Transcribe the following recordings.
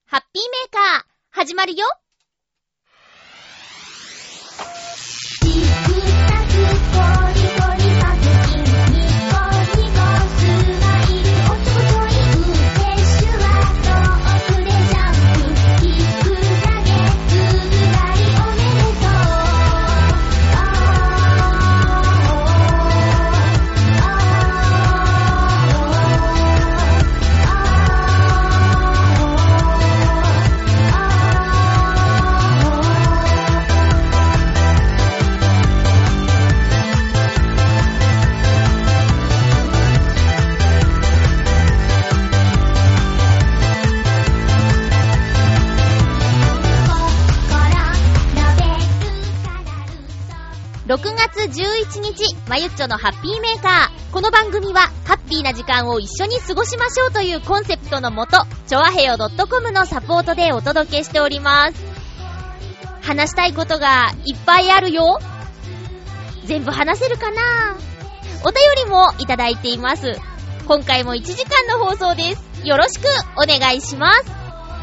ハッピーメーカー始まるよ。6月11日、まゆっちょのハッピーメーカー。この番組はハッピーな時間を一緒に過ごしましょうというコンセプトのもと、ちょわへよ .com のサポートでお届けしております。話したいことがいっぱいあるよ。全部話せるかな？お便りもいただいています。今回も1時間の放送です。よろしくお願いします。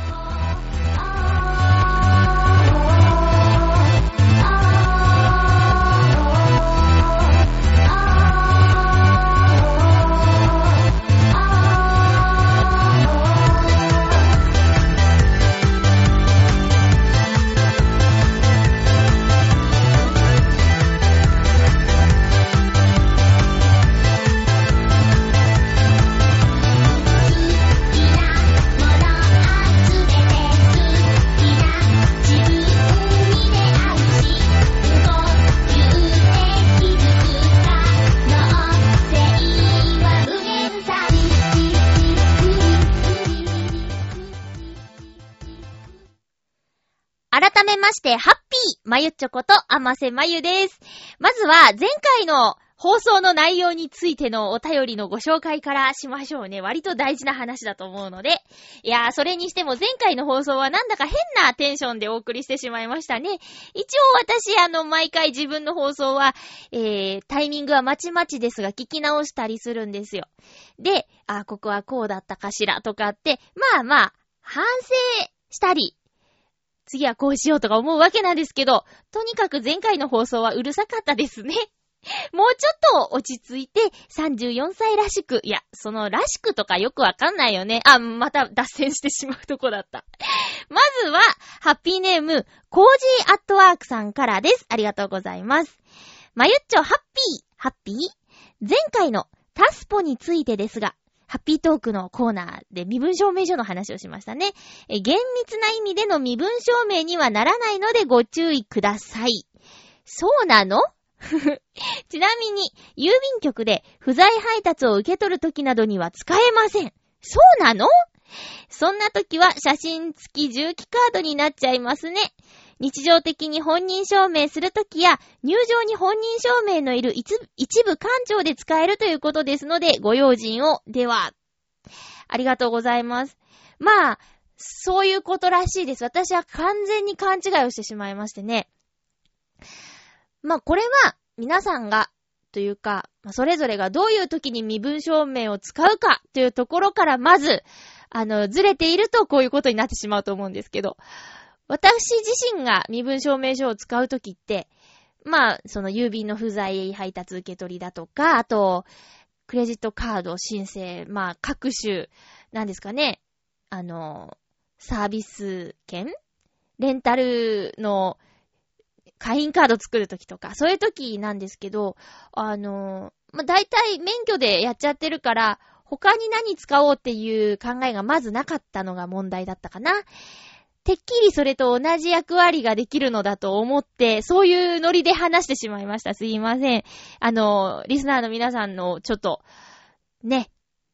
改めまして、ハッピーまゆっちょことあませまゆです。まずは前回の放送の内容についてのお便りのご紹介からしましょうね。割と大事な話だと思うので。いやー、それにしても前回の放送はなんだか変なテンションでお送りしてしまいましたね。一応私毎回自分の放送は、タイミングはまちまちですが聞き直したりするんですよ。で、ここはこうだったかしらとかって、まあ、反省したり、次はこうしようとか思うわけなんですけど、とにかく前回の放送はうるさかったですね。もうちょっと落ち着いて34歳らしく、いや、そのらしくとかよくわかんないよね。また脱線してしまうとこだった。まずは、ハッピーネーム、コージーアットワークさんからです。ありがとうございます。まゆっちょ、ハッピー前回のタスポについてですが、ハッピートークのコーナーで身分証明書の話をしましたね。厳密な意味での身分証明にはならないのでご注意ください。そうなの？ちなみに、郵便局で不在配達を受け取るときなどには使えません。そうなの？そんなときは写真付き重機カードになっちゃいますね。日常的に本人証明するときや入場に本人証明のいる一部官庁で使えるということですのでご用心を。では、ありがとうございます。まあ、そういうことらしいです。私は完全に勘違いをしてしまいましてね。まあこれは皆さんがというか、それぞれがどういう時に身分証明を使うかというところからまずずれているとこういうことになってしまうと思うんですけど、私自身が身分証明書を使うときって、まあ、その郵便の不在配達受け取りだとか、あと、クレジットカード申請、まあ、各種、なんですかね、サービス券？レンタルの会員カード作るときとか、そういうときなんですけど、まあ、大体免許でやっちゃってるから、他に何使おうっていう考えがまずなかったのが問題だったかな。てっきりそれと同じ役割ができるのだと思って、そういうノリで話してしまいました。すいません。リスナーの皆さんのちょっと、ね、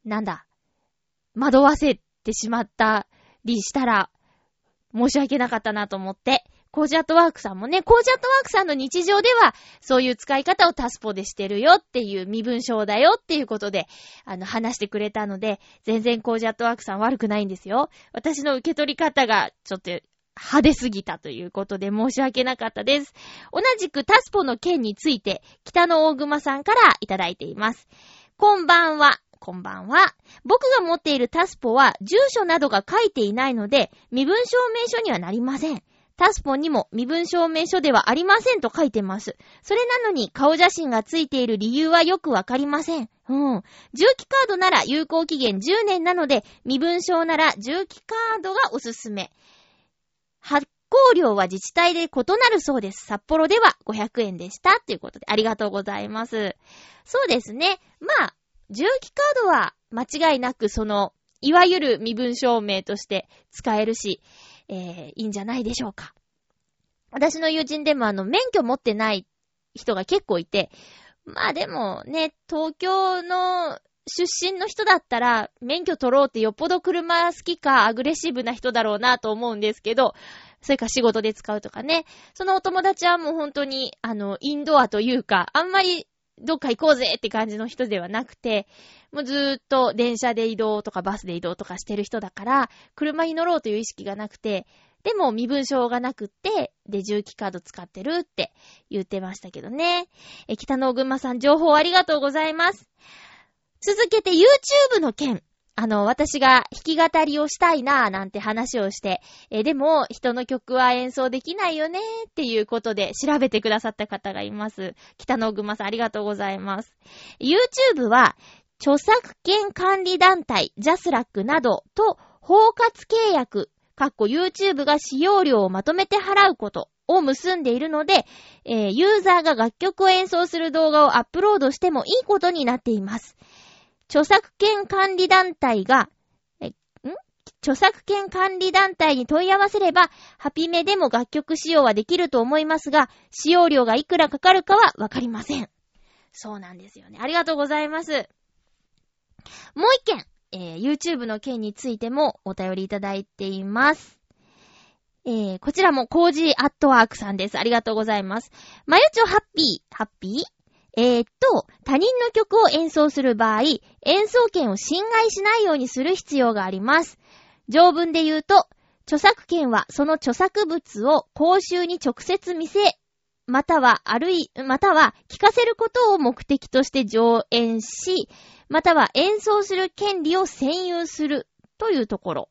惑わせてしまったりしたら、申し訳なかったなと思って、コージアットワークさんもね、コージアットワークさんの日常では、そういう使い方をタスポでしてるよっていう身分証だよっていうことで、話してくれたので、全然コージアットワークさん悪くないんですよ。私の受け取り方がちょっと派手すぎたということで申し訳なかったです。同じくタスポの件について、北の大熊さんからいただいています。こんばんは。 こんばんは。僕が持っているタスポは住所などが書いていないので身分証明書にはなりません。タスポにも身分証明書ではありませんと書いてます。それなのに顔写真がついている理由はよくわかりません。重機カードなら有効期限10年なので身分証なら重機カードがおすすめ。発行料は自治体で異なるそうです。札幌では500円でした。ということでありがとうございます。そうですね。まあ、重機カードは間違いなくいわゆる身分証明として使えるし、いいんじゃないでしょうか。私の友人でも免許持ってない人が結構いて、まあでもね、東京の出身の人だったら免許取ろうってよっぽど車好きかアグレッシブな人だろうなと思うんですけど、それか仕事で使うとかね。そのお友達はもう本当にインドアというか、あんまりどっか行こうぜって感じの人ではなくて、もうずーっと電車で移動とかバスで移動とかしてる人だから、車に乗ろうという意識がなくて、でも身分証がなくって、で、重機カード使ってるって言ってましたけどね。北野群馬さん、情報ありがとうございます。続けて YouTube の件。私が弾き語りをしたいなぁなんて話をして、でも人の曲は演奏できないよねっていうことで調べてくださった方がいます。北野群馬さんありがとうございます。YouTube は著作権管理団体 JASRAC などと包括契約YouTube が使用料をまとめて払うことを結んでいるので、ユーザーが楽曲を演奏する動画をアップロードしてもいいことになっています。著作権管理団体に問い合わせれば、ハピメでも楽曲使用はできると思いますが、使用料がいくらかかるかはわかりません。そうなんですよね。ありがとうございます。もう一件、YouTube の件についてもお便りいただいています。こちらもコージーアットワークさんです。ありがとうございます。まゆちょハッピー他人の曲を演奏する場合、演奏権を侵害しないようにする必要があります。条文で言うと、著作権はその著作物を公衆に直接見せ、または聞かせることを目的として上演し、または演奏する権利を占有するというところ。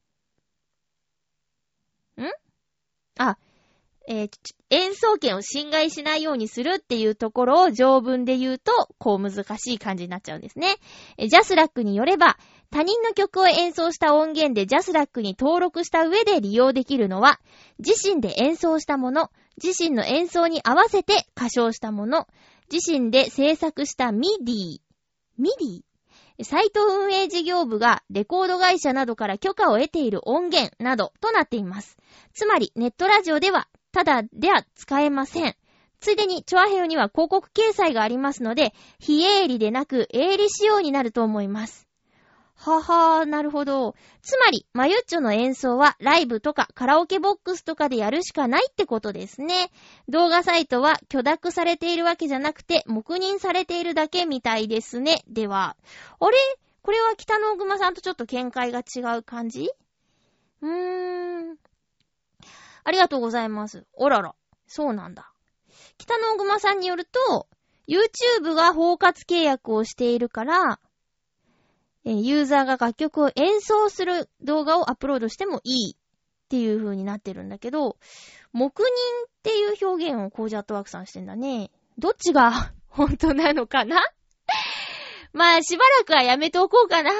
演奏権を侵害しないようにするっていうところを条文で言うと、こう難しい感じになっちゃうんですね。JASRAC によれば、他人の曲を演奏した音源で JASRAC に登録した上で利用できるのは、自身で演奏したもの、自身の演奏に合わせて歌唱したもの、自身で制作したMIDI、サイト運営事業部がレコード会社などから許可を得ている音源などとなっています。つまりネットラジオではただでは使えません。ついでにチョアヘヨには広告掲載がありますので、非営利でなく営利仕様になると思います。ははー、なるほど。つまり、まゆっちょの演奏はライブとかカラオケボックスとかでやるしかないってことですね。動画サイトは許諾されているわけじゃなくて、黙認されているだけみたいですね。では、あれ？これは北野熊さんとちょっと見解が違う感じ？ありがとうございます。おらら。そうなんだ。北野熊さんによると、YouTube が包括契約をしているから、ユーザーが楽曲を演奏する動画をアップロードしてもいいっていう風になってるんだけど、黙認っていう表現をコージャットワークさんしてんだね。どっちが本当なのかなまあしばらくはやめておこうかな。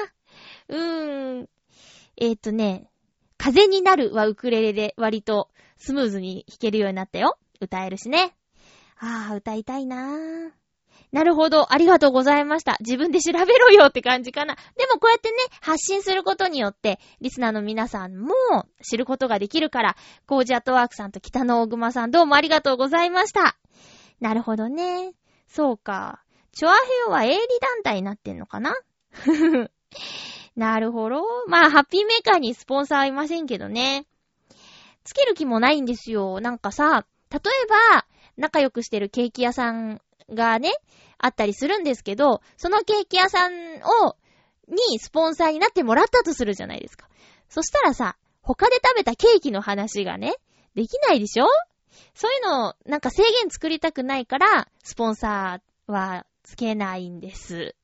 風になるはウクレレで割とスムーズに弾けるようになったよ。歌えるしね。歌いたいなぁ。なるほど。ありがとうございました。自分で調べろよって感じかな。でもこうやってね、発信することによって、リスナーの皆さんも知ることができるから、コージアットワークさんと北野大熊さんどうもありがとうございました。なるほどね。そうか。チョアヘヨは営利団体になってんのかななるほど。まあ、ハッピーメーカーにスポンサーはいませんけどね。つける気もないんですよ。なんかさ、例えば、仲良くしてるケーキ屋さんがね、あったりするんですけど、そのケーキ屋さんにスポンサーになってもらったとするじゃないですか。そしたらさ、他で食べたケーキの話がね、できないでしょ？そういうの、なんか制限作りたくないから、スポンサーはつけないんです。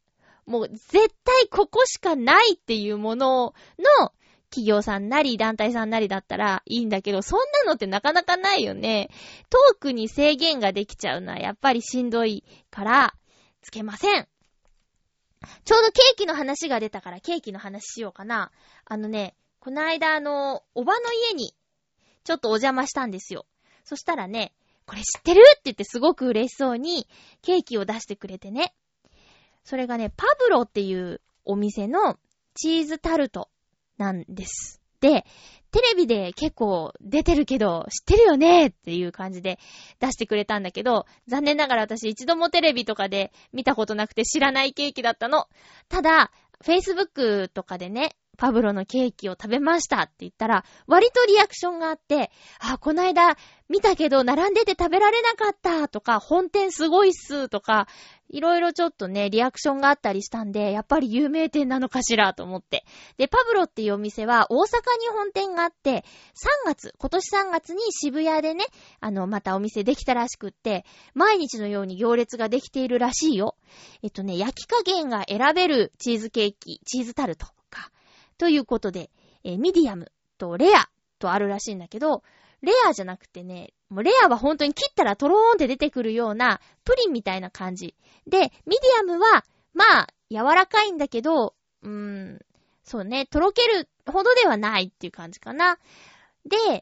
もう絶対ここしかないっていうものの企業さんなり団体さんなりだったらいいんだけど、そんなのってなかなかないよね。トークに制限ができちゃうのはやっぱりしんどいからつけません。ちょうどケーキの話が出たからケーキの話しようかな。この間おばの家にちょっとお邪魔したんですよ。そしたらね、これ知ってるって言ってすごく嬉しそうにケーキを出してくれてね。それがね、パブロっていうお店のチーズタルトなんです。で、テレビで結構出てるけど知ってるよねっていう感じで出してくれたんだけど、残念ながら私一度もテレビとかで見たことなくて知らないケーキだったの。ただ、Facebook とかでね、パブロのケーキを食べましたって言ったら、割とリアクションがあって、この間見たけど並んでて食べられなかったとか、本店すごいっすとか、いろいろちょっとね、リアクションがあったりしたんで、やっぱり有名店なのかしらと思って。で、パブロっていうお店は大阪に本店があって、今年3月に渋谷でね、またお店できたらしくって、毎日のように行列ができているらしいよ。焼き加減が選べるチーズケーキ、チーズタルトか。ということで、ミディアムとレアとあるらしいんだけど、レアじゃなくてね、もうレアは本当に切ったらトローンって出てくるようなプリンみたいな感じ。で、ミディアムは、まあ、柔らかいんだけど、そうね、とろけるほどではないっていう感じかな。で、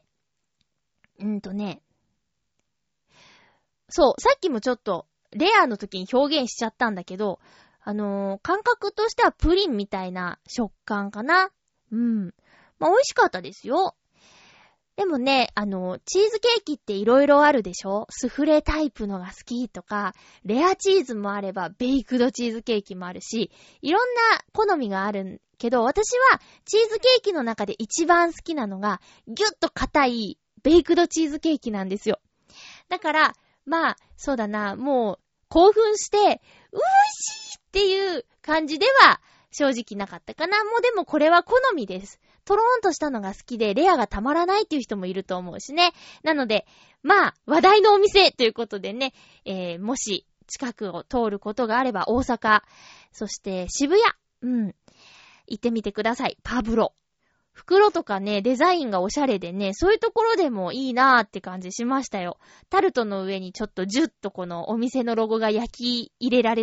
そう、さっきもちょっと、レアの時に表現しちゃったんだけど、感覚としてはプリンみたいな食感かな。まあ、美味しかったですよ。でもね、チーズケーキっていろいろあるでしょ？スフレタイプのが好きとか、レアチーズもあれば、ベイクドチーズケーキもあるし、いろんな好みがあるけど、私はチーズケーキの中で一番好きなのが、ギュッと硬いベイクドチーズケーキなんですよ。だから、まあ、そうだな、もう、興奮して、美味しいっていう感じでは、正直なかったかな。もうでもこれは好みです。トローンとしたのが好きで、レアがたまらないっていう人もいると思うしね。なので、まあ、話題のお店ということでね、もし近くを通ることがあれば、大阪、そして渋谷、行ってみてください。パブロ。袋とかね、デザインがおしゃれでね、そういうところでもいいなーって感じしましたよ。タルトの上にちょっとジュッとこのお店のロゴが焼き印が入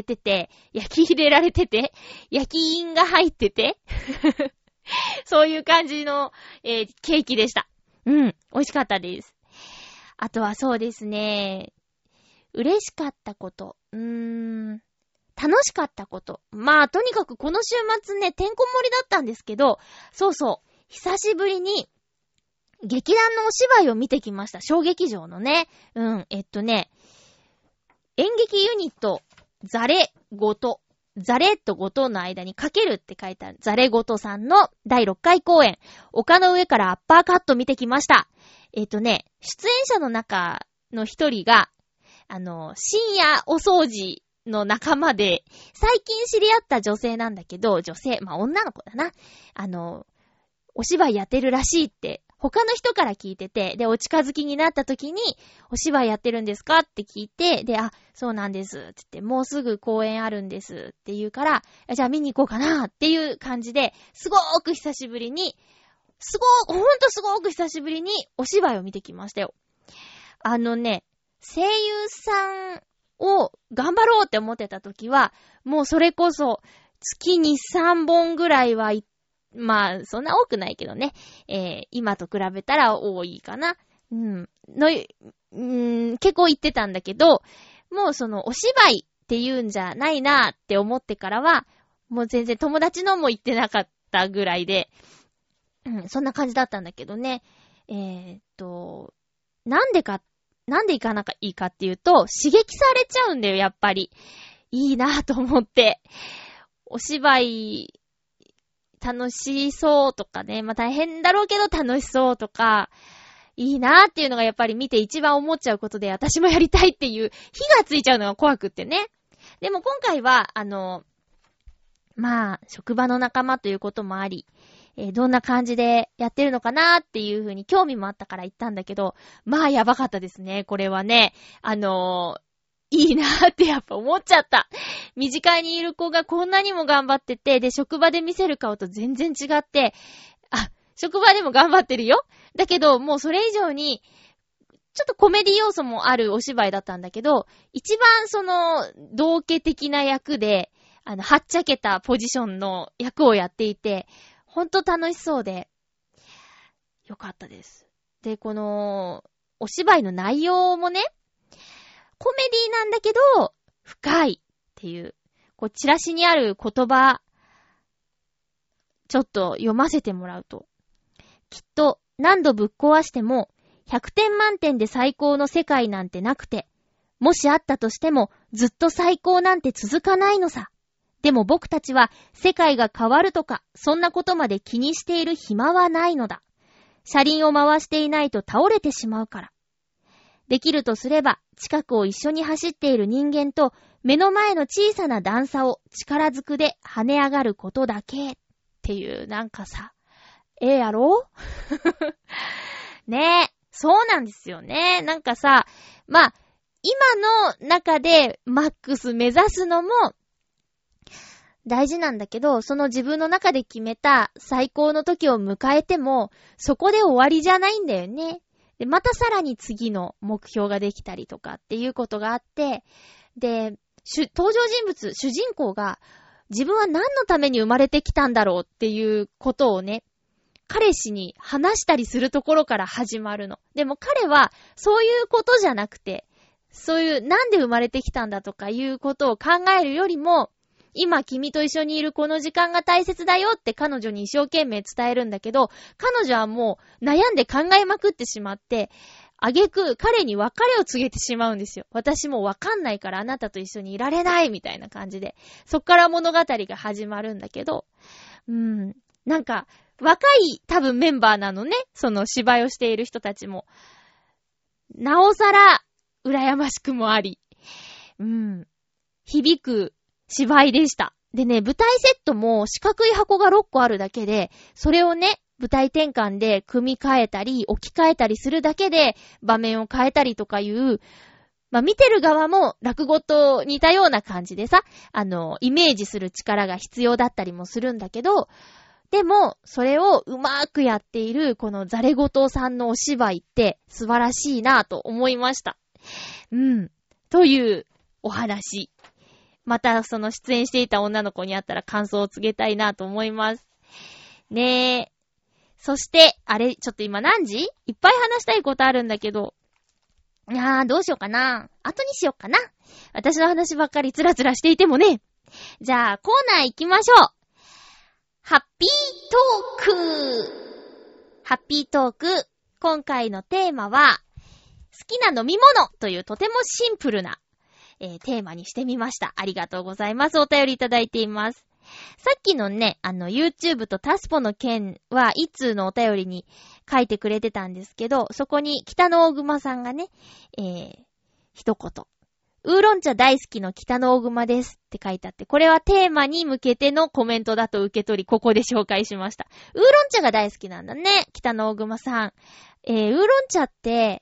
ってて、そういう感じの、ケーキでした。美味しかったです。あとはそうですね、嬉しかったこと、楽しかったこと。まあ、とにかくこの週末ね、てんこ盛りだったんですけど、そうそう、久しぶりに劇団のお芝居を見てきました。小劇場のね。演劇ユニット、ザレとゴトの間にかけるって書いてあるザレゴトさんの第6回公演、丘の上からアッパーカット見てきました。出演者の中の一人が、深夜お掃除の仲間で、最近知り合った女性なんだけど、まあ女の子だな。お芝居やってるらしいって、他の人から聞いてて、で、お近づきになった時に、お芝居やってるんですかって聞いて、で、そうなんです、つって、もうすぐ公演あるんです、って言うから、じゃあ見に行こうかな、っていう感じで、すごーく久しぶりに、ほんとすごーく久しぶりに、お芝居を見てきましたよ。声優さんを頑張ろうって思ってた時は、もうそれこそ、月に3本ぐらいはまあ、そんな多くないけどね。今と比べたら多いかな。結構言ってたんだけど、もうそのお芝居っていうんじゃないなって思ってからは、もう全然友達のも言ってなかったぐらいで、そんな感じだったんだけどね。なんで行かなきゃいいかっていうと、刺激されちゃうんだよ、やっぱり。いいなと思って。お芝居、楽しそうとかね、まあ大変だろうけど楽しそうとか、いいなーっていうのがやっぱり見て一番思っちゃうことで、私もやりたいっていう火がついちゃうのが怖くってね。でも今回は、まあ、職場の仲間ということもあり、どんな感じでやってるのかなっていう風に興味もあったから行ったんだけど、まあやばかったですね、これはね。 いいなーってやっぱ思っちゃった。身近にいる子がこんなにも頑張ってて、で、職場で見せる顔と全然違って、職場でも頑張ってるよ。だけど、もうそれ以上に、ちょっとコメディ要素もあるお芝居だったんだけど、一番道家的な役で、はっちゃけたポジションの役をやっていて、ほんと楽しそうで、よかったです。で、お芝居の内容もね、コメディなんだけど、深いっていう、チラシにある言葉、ちょっと読ませてもらうと、きっと何度ぶっ壊しても、100点満点で最高の世界なんてなくて、もしあったとしても、ずっと最高なんて続かないのさ。でも僕たちは、世界が変わるとか、そんなことまで気にしている暇はないのだ。車輪を回していないと倒れてしまうから。できるとすれば、近くを一緒に走っている人間と、目の前の小さな段差を力ずくで跳ね上がることだけっていう、なんかさ、やろねえ、そうなんですよね。なんかさ、まあ、今の中でマックス目指すのも大事なんだけど、その自分の中で決めた最高の時を迎えても、そこで終わりじゃないんだよね。で、またさらに次の目標ができたりとかっていうことがあって、で、登場人物、主人公が自分は何のために生まれてきたんだろうっていうことをね、彼氏に話したりするところから始まるの。でも彼はそういうことじゃなくて、そういうなんで生まれてきたんだとかいうことを考えるよりも、今君と一緒にいるこの時間が大切だよって彼女に一生懸命伝えるんだけど、彼女はもう悩んで考えまくってしまって、挙句彼に別れを告げてしまうんですよ。私もうわかんないからあなたと一緒にいられないみたいな感じで。そっから物語が始まるんだけど、なんか若い多分メンバーなのね。その芝居をしている人たちも。なおさら羨ましくもあり。響く芝居でした。でね、舞台セットも四角い箱が6個あるだけで、それをね、舞台転換で組み替えたり、置き換えたりするだけで、場面を変えたりとかいう、見てる側も落語と似たような感じでさ、イメージする力が必要だったりもするんだけど、でも、それをうまーくやっている、このザレゴトさんのお芝居って素晴らしいなぁと思いました。というお話。またその出演していた女の子に会ったら感想を告げたいなと思います。ねえ。そして、ちょっと今何時？いっぱい話したいことあるんだけど。どうしようかな。後にしようかな。私の話ばっかりつらつらしていてもね。じゃあ、コーナー行きましょう。ハッピートーク。ハッピートーク。今回のテーマは、好きな飲み物というとてもシンプルなテーマにしてみました。ありがとうございます。お便りいただいています。さっきのね、YouTube とタスポの件は、一通のお便りに書いてくれてたんですけど、そこに北の大熊さんがね、一言。ウーロン茶大好きの北の大熊ですって書いてあって、これはテーマに向けてのコメントだと受け取り、ここで紹介しました。ウーロン茶が大好きなんだね、北の大熊さん。ウーロン茶って、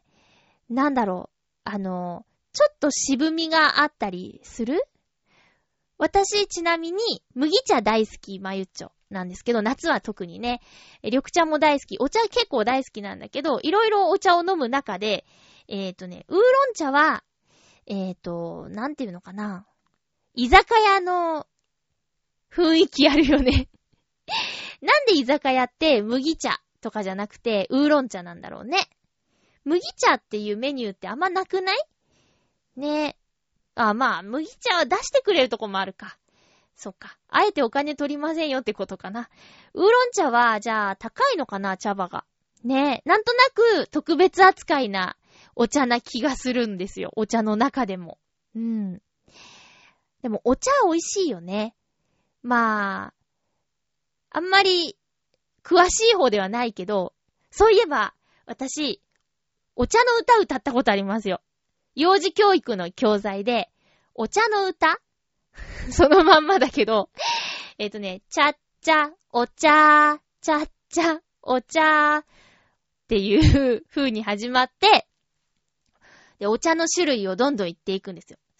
なんだろう、ちょっと渋みがあったりする？私ちなみに麦茶大好きまゆっちょなんですけど、夏は特にね、緑茶も大好き、お茶結構大好きなんだけど、いろいろお茶を飲む中で、ウーロン茶は、なんていうのかな、居酒屋の雰囲気あるよね。なんで居酒屋って麦茶とかじゃなくてウーロン茶なんだろうね。麦茶っていうメニューってあんまなくない？ね。麦茶は出してくれるとこもあるか。そっか。あえてお金取りませんよってことかな。ウーロン茶は、じゃあ、高いのかな、茶葉が。ね。なんとなく特別扱いなお茶な気がするんですよ。お茶の中でも。でも、お茶美味しいよね。あんまり詳しい方ではないけど、そういえば、私、お茶の歌歌ったことありますよ。幼児教育の教材で、お茶の歌そのまんまだけど、チャッチャ、お茶、チャッチャ、お茶っていう風に始まって、で、お茶の種類をどんどん言っていくんですよ。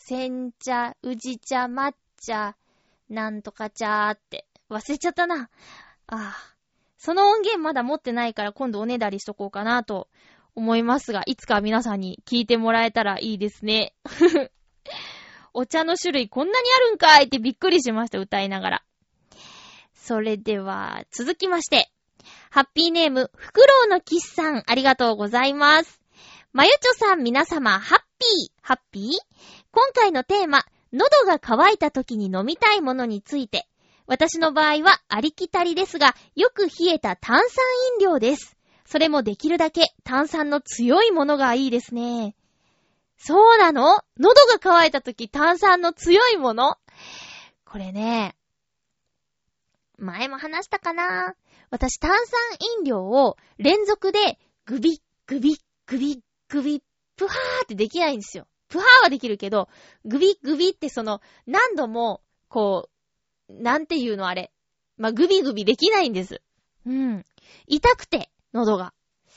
煎茶、宇治茶、抹茶、なんとか茶って忘れちゃったな。その音源まだ持ってないから今度おねだりしとこうかなと思いますが、いつか皆さんに聞いてもらえたらいいですね。お茶の種類こんなにあるんかいってびっくりしました、歌いながら。それでは続きまして、ハッピーネームフクロウのキスさん、ありがとうございます。まゆちょさん、皆様ハッピー今回のテーマ、喉が渇いた時に飲みたいものについて、私の場合はありきたりですが、よく冷えた炭酸飲料です。それもできるだけ炭酸の強いものがいいですね。そうなの？喉が渇いた時炭酸の強いもの？これね、前も話したかな？私炭酸飲料を連続でグビッグビッグビッグビップハーってできないんですよ。プハーはできるけど、グビッグビって何度もこうなんていうのあれ、グビグビできないんです。痛くて喉が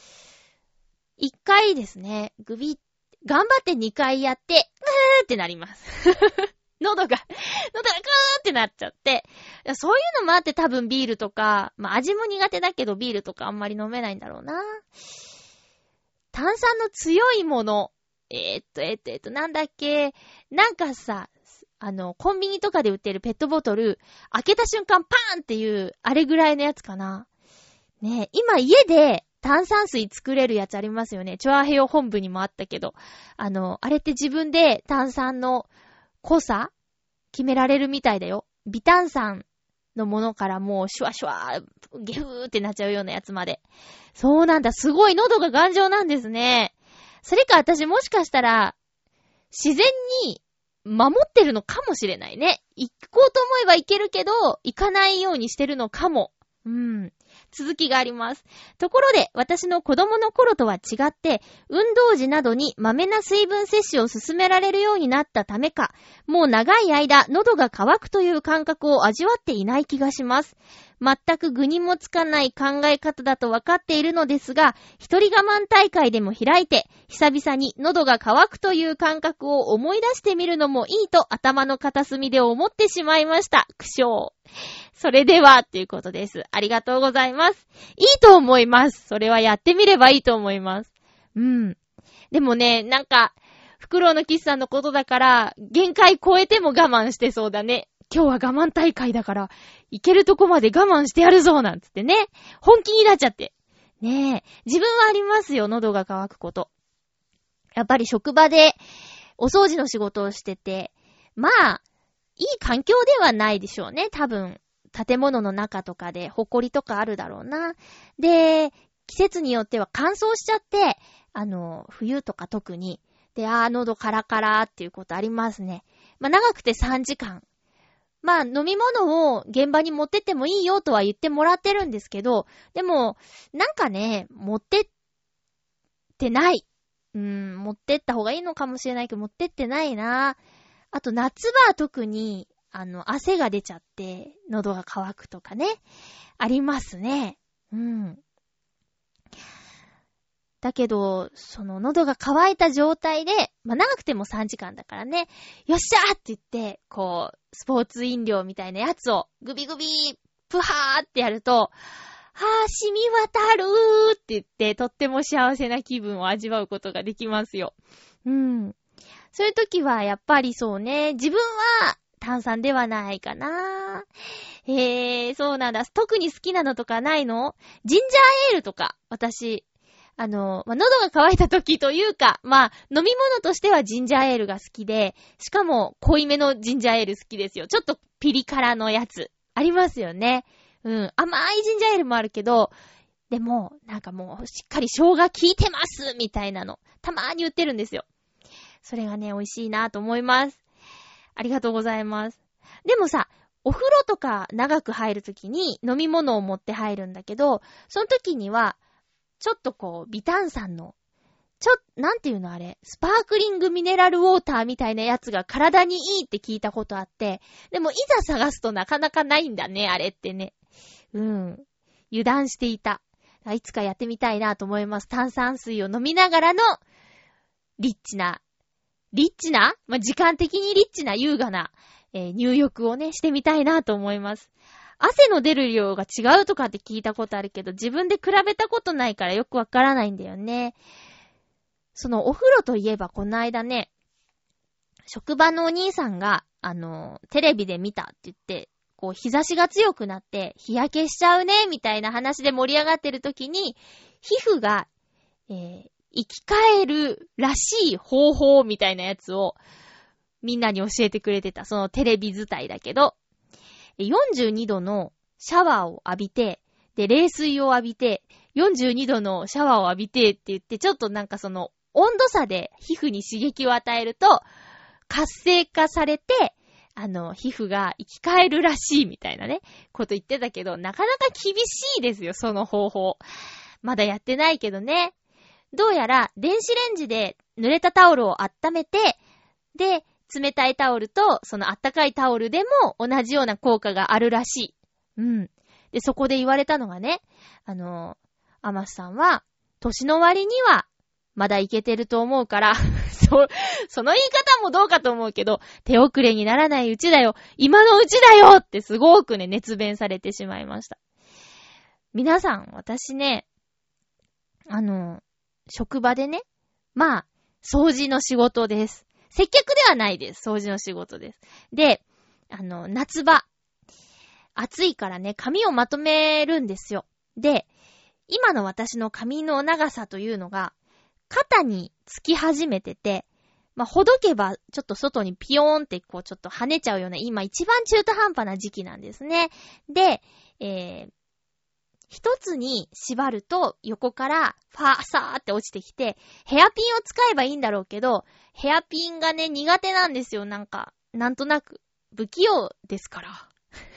1回ですね、グビッ頑張って2回やってってなります。喉がクーってなっちゃって、そういうのもあって多分ビールとか、味も苦手だけどビールとかあんまり飲めないんだろうな。炭酸の強いもの、なんだっけ、なんかさ、コンビニとかで売ってるペットボトル、開けた瞬間パーンっていう、あれぐらいのやつかな。ね、今家で炭酸水作れるやつありますよね。チョアヘヨ本部にもあったけど、あれって自分で炭酸の濃さ決められるみたいだよ。微炭酸のものからもうシュワシュワゲフーってなっちゃうようなやつまで。そうなんだ、すごい喉が頑丈なんですね。それか私もしかしたら自然に守ってるのかもしれないね。行こうと思えば行けるけど行かないようにしてるのかも。続きがあります。ところで、私の子供の頃とは違って、運動時などにまめな水分摂取を進められるようになったためか、もう長い間、喉が渇くという感覚を味わっていない気がします。全く具にもつかない考え方だと分かっているのですが、一人我慢大会でも開いて、久々に喉が渇くという感覚を思い出してみるのもいいと頭の片隅で思ってしまいました。苦笑。それでは、ということです。ありがとうございます。いいと思います。それはやってみればいいと思います。でもね、なんか、フクロウのキスさんのことだから、限界超えても我慢してそうだね。今日は我慢大会だから、いけるとこまで我慢してやるぞ、なんつってね。本気になっちゃって。ねえ、自分はありますよ、喉が渇くこと。やっぱり職場で、お掃除の仕事をしてて、いい環境ではないでしょうね、多分。建物の中とかで、埃とかあるだろうな。で、季節によっては乾燥しちゃって、冬とか特に。で、喉カラカラっていうことありますね。長くて3時間。飲み物を現場に持ってってもいいよとは言ってもらってるんですけど、でも、なんかね、持ってってない。持ってった方がいいのかもしれないけど、持ってってないな。あと夏場は特に、汗が出ちゃって、喉が渇くとかね。ありますね。だけど、喉が渇いた状態で、長くても3時間だからね。よっしゃーって言って、スポーツ飲料みたいなやつを、グビグビー、プハーってやると、染み渡るーって言って、とっても幸せな気分を味わうことができますよ。そういう時は、やっぱりそうね、自分は炭酸ではないかな。そうなんだ。特に好きなのとかないの？ジンジャーエールとか、私、喉が渇いた時というか、飲み物としてはジンジャーエールが好きで、しかも濃いめのジンジャーエール好きですよ。ちょっとピリ辛のやつ。ありますよね。甘いジンジャーエールもあるけど、でも、なんかもう、しっかり生姜効いてますみたいなの。たまーに売ってるんですよ。それがね、美味しいなと思います。ありがとうございます。でもさ、お風呂とか長く入るときに飲み物を持って入るんだけど、その時には、ちょっと微炭酸の、なんていうのあれ、スパークリングミネラルウォーターみたいなやつが体にいいって聞いたことあって、でもいざ探すとなかなかないんだね、あれってね。油断していた。いつかやってみたいなと思います。炭酸水を飲みながらの、リッチなリッチな、時間的にリッチな優雅な、入浴をね、してみたいなと思います。汗の出る量が違うとかって聞いたことあるけど、自分で比べたことないからよくわからないんだよね。そのお風呂といえばこの間ね、職場のお兄さんが、テレビで見たって言って、こう日差しが強くなって日焼けしちゃうね、みたいな話で盛り上がってる時に、皮膚が、生き返るらしい方法みたいなやつをみんなに教えてくれてた。そのテレビ伝いだけど、42度のシャワーを浴びて、で、冷水を浴びて、42度のシャワーを浴びてって言って、ちょっとなんかその温度差で皮膚に刺激を与えると、活性化されて、皮膚が生き返るらしいみたいなね、こと言ってたけど、なかなか厳しいですよ、その方法。まだやってないけどね。どうやら、電子レンジで濡れたタオルを温めて、で、冷たいタオルと、そのあったかいタオルでも同じような効果があるらしい。うん。で、そこで言われたのがね、アマスさんは、年の割には、まだいけてると思うから、その言い方もどうかと思うけど、手遅れにならないうちだよ、今のうちだよってすごくね、熱弁されてしまいました。皆さん、私ね、職場でね、掃除の仕事です。接客ではないです。掃除の仕事です。で、夏場、暑いからね、髪をまとめるんですよ。で、今の私の髪の長さというのが、肩につき始めてて、ほどけばちょっと外にピヨーンってこうちょっと跳ねちゃうような、今一番中途半端な時期なんですね。で、一つに縛ると横からファーサーって落ちてきて、ヘアピンを使えばいいんだろうけど、ヘアピンがね苦手なんですよ。なんとなく不器用ですから。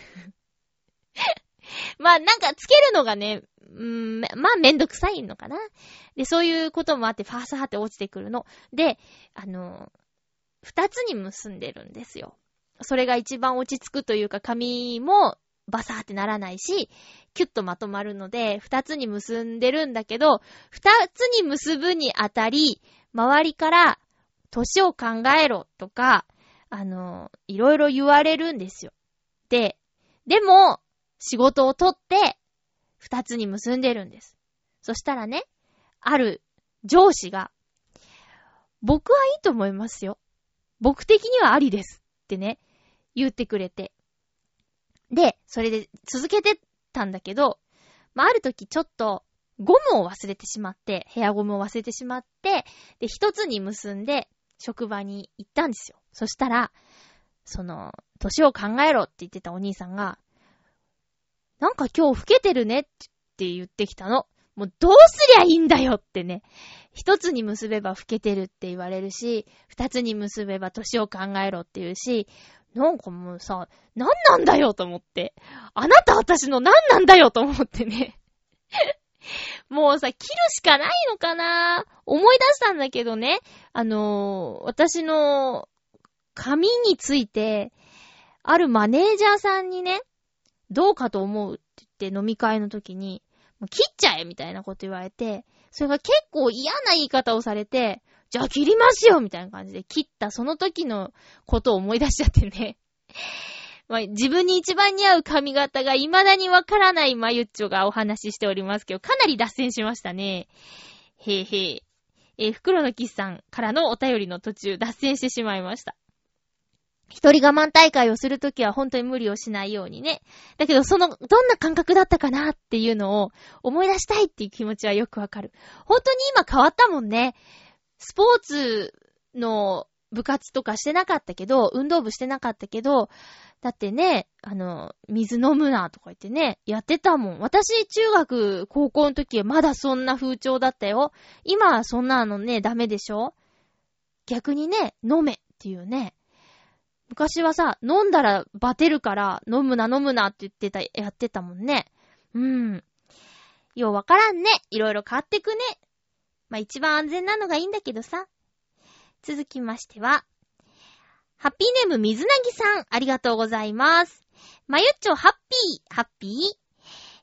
なんかつけるのがね、めんどくさいのかな。で、そういうこともあってファーサーって落ちてくるの。で、二つに結んでるんですよ。それが一番落ち着くというか、髪もバサーってならないし、キュッとまとまるので、二つに結んでるんだけど、二つに結ぶにあたり、周りから、年を考えろとか、いろいろ言われるんですよ。でも、仕事を取って、二つに結んでるんです。そしたらね、ある上司が、僕はいいと思いますよ。僕的にはありですってね、言ってくれて。で、それで続けてたんだけど、ある時ちょっとゴムを忘れてしまって、ヘアゴムを忘れてしまって、で、一つに結んで職場に行ったんですよ。そしたら、年を考えろって言ってたお兄さんが、なんか今日老けてるねって言ってきたの。もうどうすりゃいいんだよってね。一つに結べば老けてるって言われるし、二つに結べば年を考えろって言うし、なんかもうさ、なんなんだよと思って。あなた私のなんなんだよと思ってね。もうさ、切るしかないのかな？思い出したんだけどね。私の髪について、あるマネージャーさんにね、どうかと思うって言って飲み会の時に、もう切っちゃえみたいなこと言われて、それが結構嫌な言い方をされて、じゃあ切りますよみたいな感じで切ったその時のことを思い出しちゃってね。自分に一番似合う髪型が未だにわからないまゆっちょがお話ししておりますけど、かなり脱線しましたね。へいへい。袋のキスさんからのお便りの途中脱線してしまいました。一人我慢大会をするときは本当に無理をしないようにね。だけどどんな感覚だったかなっていうのを思い出したいっていう気持ちはよくわかる。本当に今変わったもんね。スポーツの部活とかしてなかったけど、運動部してなかったけど、だってね、水飲むなとか言ってね、やってたもん。私、中学、高校の時はまだそんな風潮だったよ。今はそんなのね、ダメでしょ？逆にね、飲めっていうね。昔はさ、飲んだらバテるから飲むなってやってたもんね。ようわからんね。いろいろ変わってくね。一番安全なのがいいんだけどさ。続きましては、ハッピーネーム水なぎさん、ありがとうございます。まゆっちょハッピー。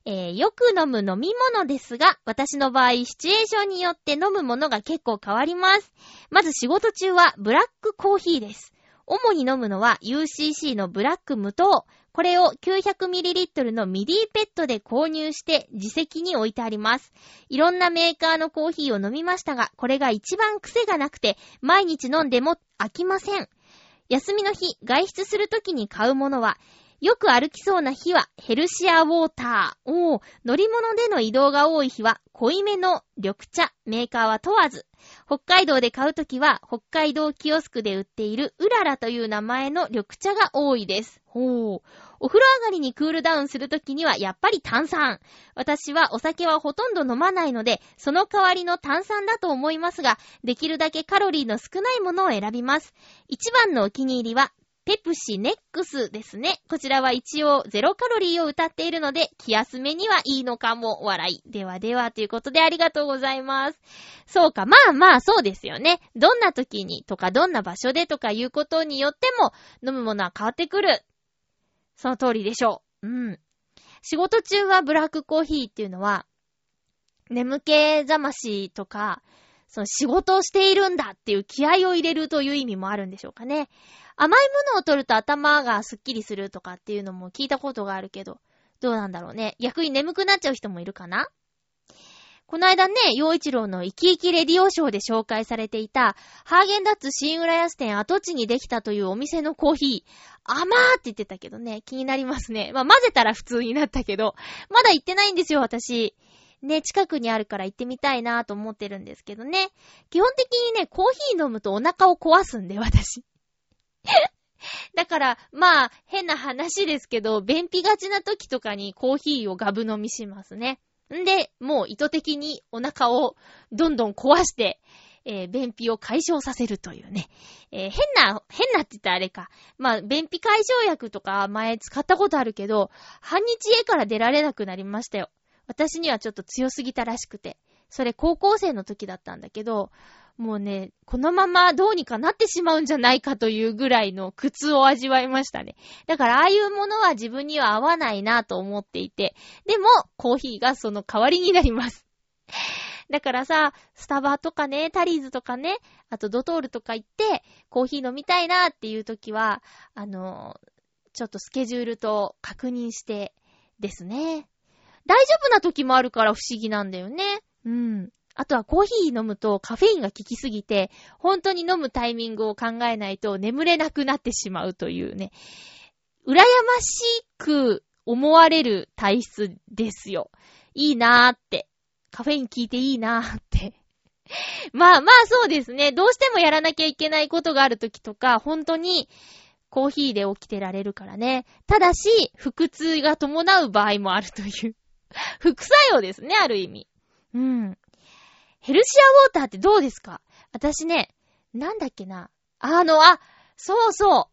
よく飲む飲み物ですが、私の場合、シチュエーションによって飲むものが結構変わります。まず仕事中はブラックコーヒーです。主に飲むのは UCC のブラック無糖。これを 900ml のミディペットで購入して自席に置いてあります。いろんなメーカーのコーヒーを飲みましたが、これが一番癖がなくて、毎日飲んでも飽きません。休みの日、外出するときに買うものは、よく歩きそうな日はヘルシアウォーター。乗り物での移動が多い日は濃いめの緑茶。メーカーは問わず。北海道で買うときは北海道キオスクで売っているうららという名前の緑茶が多いです。お風呂上がりにクールダウンするときにはやっぱり炭酸。私はお酒はほとんど飲まないので、その代わりの炭酸だと思いますが、できるだけカロリーの少ないものを選びます。一番のお気に入りはペプシネックスですね。こちらは一応ゼロカロリーを謳っているので、気休めにはいいのかも、笑い。ではではということでありがとうございます。そうか、まあまあそうですよね。どんな時にとかどんな場所でとかいうことによっても飲むものは変わってくる。その通りでしょう。仕事中はブラックコーヒーっていうのは、眠気覚ましとか、その仕事をしているんだっていう気合を入れるという意味もあるんでしょうかね。甘いものを取ると頭がスッキリするとかっていうのも聞いたことがあるけど、どうなんだろうね。逆に眠くなっちゃう人もいるかな。この間ね、陽一郎の生き生きレディオショーで紹介されていた、ハーゲンダッツ新浦安店跡地にできたというお店のコーヒー、甘ーって言ってたけどね、気になりますね。まあ混ぜたら普通になったけど、まだ行ってないんですよ、私。ね、近くにあるから行ってみたいなと思ってるんですけどね。基本的にね、コーヒー飲むとお腹を壊すんで、私。だから、まあ、変な話ですけど、便秘がちな時とかにコーヒーをガブ飲みしますね。んで、もう意図的にお腹をどんどん壊して、便秘を解消させるというね。変なって言ったらあれか。まあ、便秘解消薬とか前使ったことあるけど、半日家から出られなくなりましたよ。私にはちょっと強すぎたらしくて。それ高校生の時だったんだけど、もうね、このままどうにかなってしまうんじゃないかというぐらいの苦痛を味わいましたね。だからああいうものは自分には合わないなと思っていて、でもコーヒーがその代わりになります。だからさ、スタバとかね、タリーズとかね、あとドトールとか行ってコーヒー飲みたいなっていう時は、ちょっとスケジュールと確認してですね。大丈夫な時もあるから不思議なんだよね。あとはコーヒー飲むとカフェインが効きすぎて、本当に飲むタイミングを考えないと眠れなくなってしまうというね、羨ましく思われる体質ですよ。いいなーって。カフェイン効いていいなーって。まあまあそうですね。どうしてもやらなきゃいけないことがあるときとか、本当にコーヒーで起きてられるからね。ただし、腹痛が伴う場合もあるという。副作用ですね、ある意味。ヘルシアウォーターってどうですか？私ね、なんだっけな。そうそう。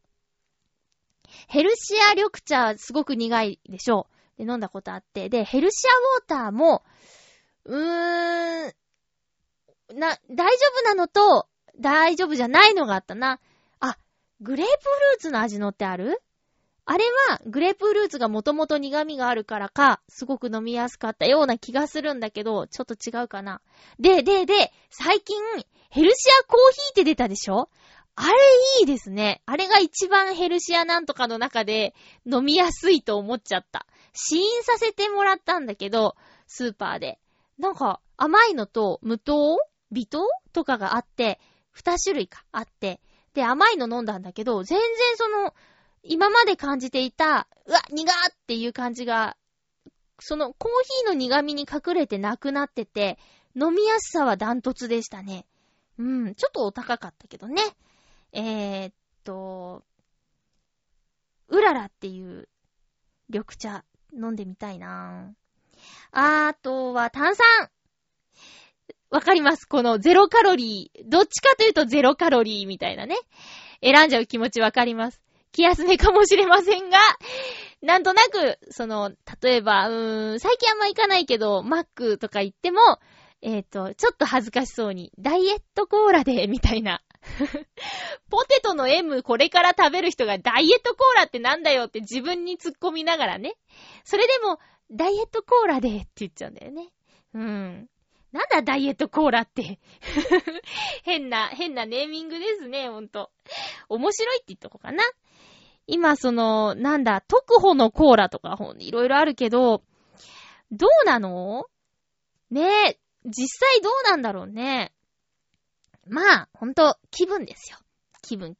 ヘルシア緑茶すごく苦いでしょ。で、飲んだことあって。で、ヘルシアウォーターも、大丈夫なのと、大丈夫じゃないのがあったな。グレープフルーツの味のってある？あれはグレープフルーツがもともと苦味があるからか、すごく飲みやすかったような気がするんだけど、ちょっと違うかな。で、最近、ヘルシアコーヒーって出たでしょ？あれいいですね。あれが一番ヘルシアなんとかの中で飲みやすいと思っちゃった。試飲させてもらったんだけど、スーパーで。なんか、甘いのと無糖？微糖？とかがあって、2種類かあって、で、甘いの飲んだんだけど、全然今まで感じていた、苦っていう感じが、そのコーヒーの苦味に隠れてなくなってて、飲みやすさはダントツでしたね。ちょっとお高かったけどね。うららっていう緑茶飲んでみたいな。あとは炭酸。わかります。このゼロカロリー。どっちかというとゼロカロリーみたいなね。選んじゃう気持ちわかります。気休めかもしれませんが、なんとなく、例えば、最近あんま行かないけど、マックとか行っても、ちょっと恥ずかしそうに、ダイエットコーラで、みたいな。ポテトの M これから食べる人がダイエットコーラってなんだよって自分に突っ込みながらね。それでも、 ダイエットコーラでって言っちゃうんだよね。なんだダイエットコーラって。変なネーミングですね、ほんと。面白いって言っとこうかな。今特保のコーラとかいろいろあるけど、どうなの？ねえ、実際どうなんだろうね。まあ、ほんと、気分ですよ。気分。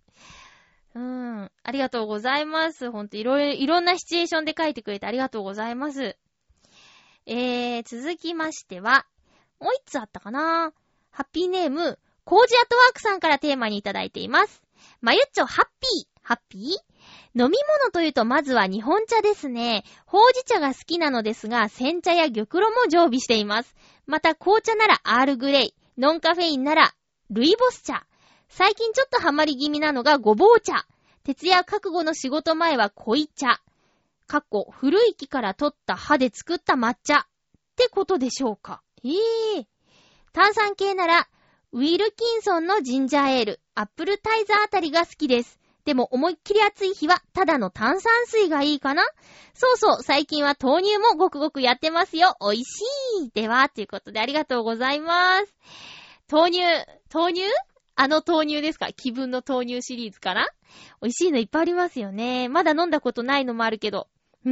ありがとうございます。ほんと、いろんなシチュエーションで書いてくれてありがとうございます。続きましては、もう一つあったかな。ハッピーネーム、コージアットワークさんからテーマにいただいています。まゆっちょ、ハッピー飲み物というとまずは日本茶ですね。ほうじ茶が好きなのですが、煎茶や玉露も常備しています。また紅茶ならアールグレイ、ノンカフェインならルイボス茶。最近ちょっとハマり気味なのがごぼう茶。徹夜覚悟の仕事前は濃茶。古い木から取った葉で作った抹茶。ってことでしょうか。炭酸系ならウィルキンソンのジンジャーエール、アップルタイザーあたりが好きです。でも思いっきり暑い日はただの炭酸水がいいかな。そう、最近は豆乳もごくごくやってますよ。美味しい。では、ということでありがとうございます。豆乳豆乳ですか？気分の豆乳シリーズかな？美味しいのいっぱいありますよね。まだ飲んだことないのもあるけど。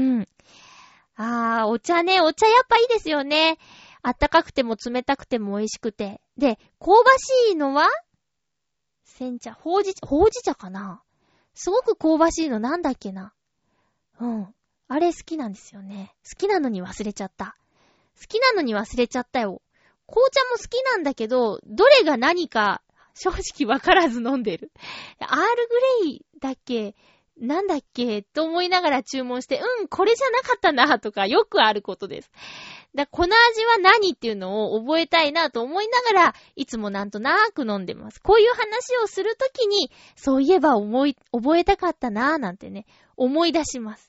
お茶ね。お茶やっぱいいですよね。あったかくても冷たくても美味しくて。で、香ばしいのは煎茶、ほうじ茶かな？すごく香ばしいのなんだっけな。あれ好きなんですよね。好きなのに忘れちゃった。よ。紅茶も好きなんだけど、どれが何か正直わからず飲んでる。アールグレイだっけなんだっけと思いながら注文して、これじゃなかったなとかよくあることです。この味は何っていうのを覚えたいなと思いながら、いつもなんとなく飲んでます。こういう話をするときに、そういえば覚えたかったななんてね、思い出します。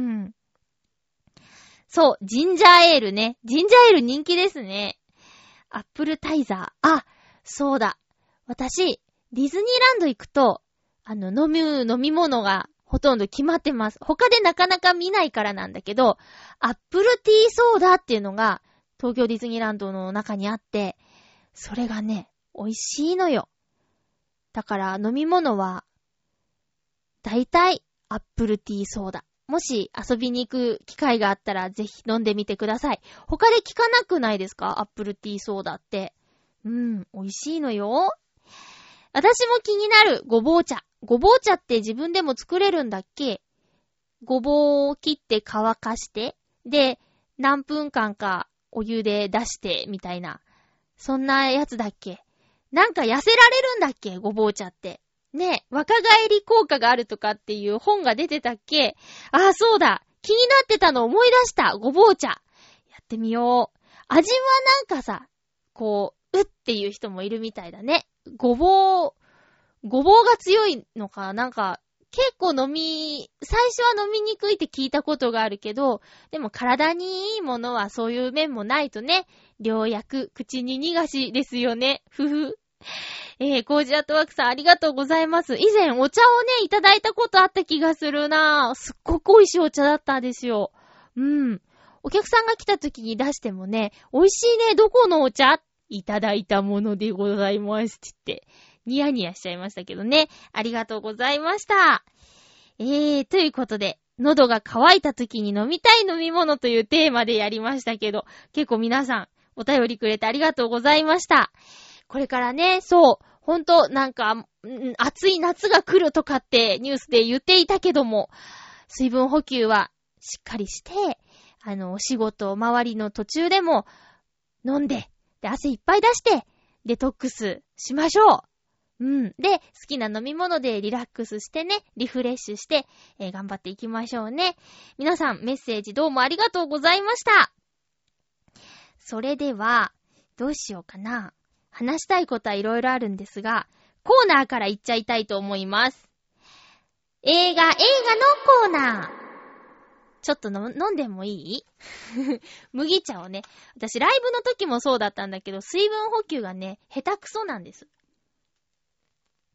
そう、ジンジャーエールね。ジンジャーエール人気ですね。アップルタイザー。そうだ。私、ディズニーランド行くと、飲み物がほとんど決まってます。他でなかなか見ないからなんだけど、アップルティーソーダっていうのが東京ディズニーランドの中にあって、それがね、美味しいのよ。だから飲み物は、だいたいアップルティーソーダ。もし遊びに行く機会があったらぜひ飲んでみてください。他で聞かなくないですか？アップルティーソーダって。美味しいのよ。私も気になるごぼう茶。ごぼう茶って自分でも作れるんだっけ？ごぼうを切って乾かして、で、何分間かお湯で出してみたいな。そんなやつだっけ？なんか痩せられるんだっけ？ごぼう茶って。ね、若返り効果があるとかっていう本が出てたっけ？そうだ。気になってたの思い出した。ごぼう茶。やってみよう。味はなんかさ、っていう人もいるみたいだね。ごぼうが強いのかなんか、結構最初は飲みにくいって聞いたことがあるけど、でも体にいいものはそういう面もないとね、良薬、口に逃がしですよね。コージアットワークさんありがとうございます。以前お茶をね、いただいたことあった気がするなぁ。すっごく美味しいお茶だったんですよ。お客さんが来た時に出してもね、美味しいね、どこのお茶？いただいたものでございますって言って、ニヤニヤしちゃいましたけどね。ありがとうございました。ということで、喉が渇いた時に飲みたい飲み物というテーマでやりましたけど、結構皆さんお便りくれてありがとうございました。これからね、ほんとなんか、暑い夏が来るとかってニュースで言っていたけども、水分補給はしっかりして、お仕事周りの途中でも飲んで、汗いっぱい出して、デトックスしましょう。で、好きな飲み物でリラックスしてね、リフレッシュして、頑張っていきましょうね。皆さんメッセージどうもありがとうございました。それでは、どうしようかな。話したいことはいろいろあるんですが、コーナーから行っちゃいたいと思います。映画のコーナー。ちょっと飲んでもいい？麦茶をね。私ライブの時もそうだったんだけど、水分補給がね、下手くそなんです。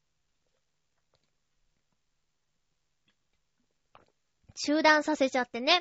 中断させちゃってね。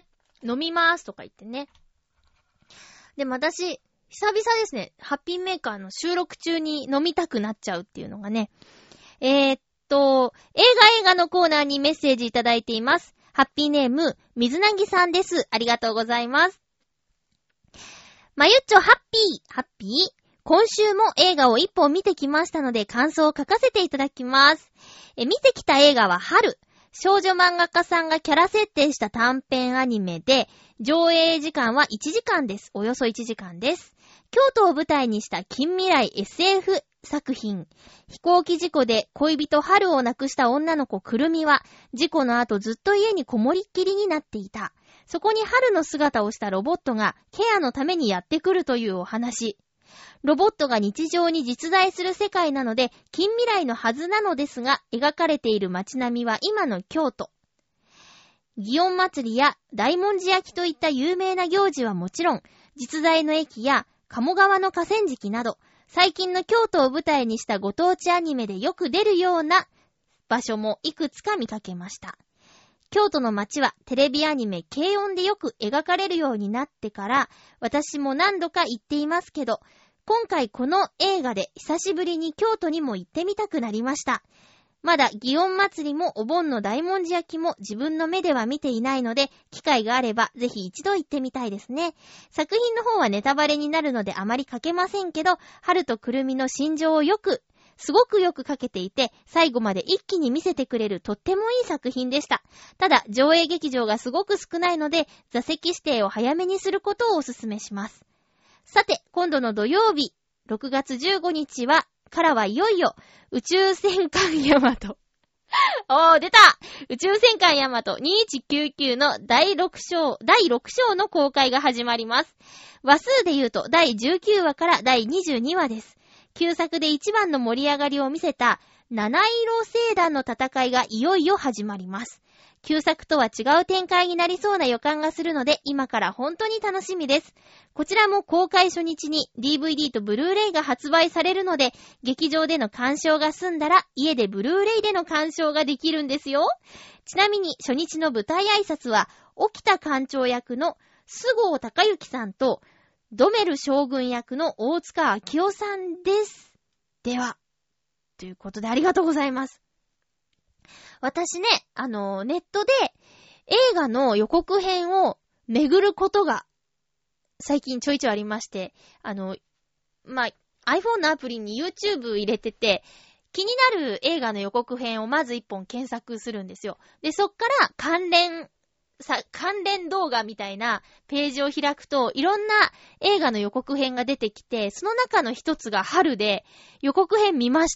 飲みますとか言ってね。でも私、久々ですね。ハッピーメーカーの収録中に飲みたくなっちゃうっていうのがね。映画のコーナーにメッセージいただいています。ハッピーネーム、水なぎさんです。ありがとうございます。まゆっちょ、ハッピー。今週も映画を一本見てきましたので感想を書かせていただきます。見てきた映画は春。少女漫画家さんがキャラ設定した短編アニメで、上映時間は1時間です。およそ1時間です。京都を舞台にした近未来 SF 作品。飛行機事故で恋人春を亡くした女の子くるみは、事故の後ずっと家にこもりっきりになっていた。そこに春の姿をしたロボットがケアのためにやってくるというお話。ロボットが日常に実在する世界なので近未来のはずなのですが、描かれている街並みは今の京都。祇園祭りや大文字焼きといった有名な行事はもちろん、実在の駅や鴨川の河川敷など、最近の京都を舞台にしたご当地アニメでよく出るような場所もいくつか見かけました。京都の街はテレビアニメ軽音でよく描かれるようになってから、私も何度か行っていますけど、今回この映画で久しぶりに京都にも行ってみたくなりました。まだ祇園祭りもお盆の大文字焼きも自分の目では見ていないので、機会があればぜひ一度行ってみたいですね。作品の方はネタバレになるのであまり書けませんけど、春とくるみの心情をすごくよく書けていて、最後まで一気に見せてくれるとってもいい作品でした。ただ、上映劇場がすごく少ないので、座席指定を早めにすることをお勧めします。さて、今度の土曜日、6月15日からはいよいよ、宇宙戦艦ヤマト。出た！宇宙戦艦ヤマト2199の第6章の公開が始まります。話数で言うと第19話から第22話です。旧作で一番の盛り上がりを見せた七色星団の戦いがいよいよ始まります。旧作とは違う展開になりそうな予感がするので、今から本当に楽しみです。こちらも公開初日に DVD とブルーレイが発売されるので、劇場での鑑賞が済んだら家でブルーレイでの鑑賞ができるんですよ。ちなみに初日の舞台挨拶は、沖田艦長役の菅生隆之さんと、ドメル将軍役の大塚明夫さんです。では、ということでありがとうございます。私ね、ネットで映画の予告編を巡ることが最近ちょいちょいありまして、iPhone のアプリに YouTube 入れてて、気になる映画の予告編をまず一本検索するんですよ。で、そっから関連動画みたいなページを開くと、いろんな映画の予告編が出てきて、その中の一つが春で予告編見ました。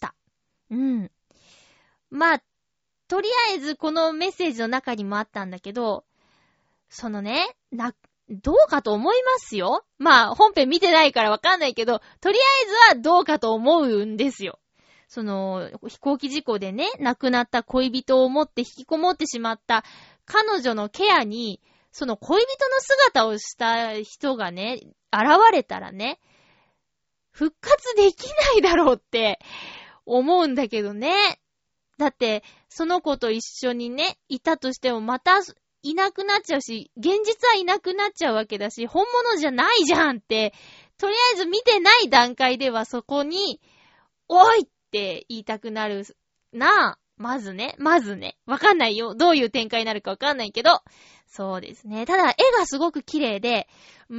とりあえずこのメッセージの中にもあったんだけど、どうかと思いますよ。本編見てないからわかんないけど、とりあえずはどうかと思うんですよ。飛行機事故でね、亡くなった恋人を思って引きこもってしまった彼女のケアに、その恋人の姿をした人がね、現れたらね、復活できないだろうって思うんだけどね。だって、その子と一緒にね、いたとしてもまたいなくなっちゃうし、現実はいなくなっちゃうわけだし、本物じゃないじゃんって、とりあえず見てない段階ではそこに、おいって言いたくなるなぁ。まずね。わかんないよ。どういう展開になるかわかんないけど。そうですね。ただ、絵がすごく綺麗で、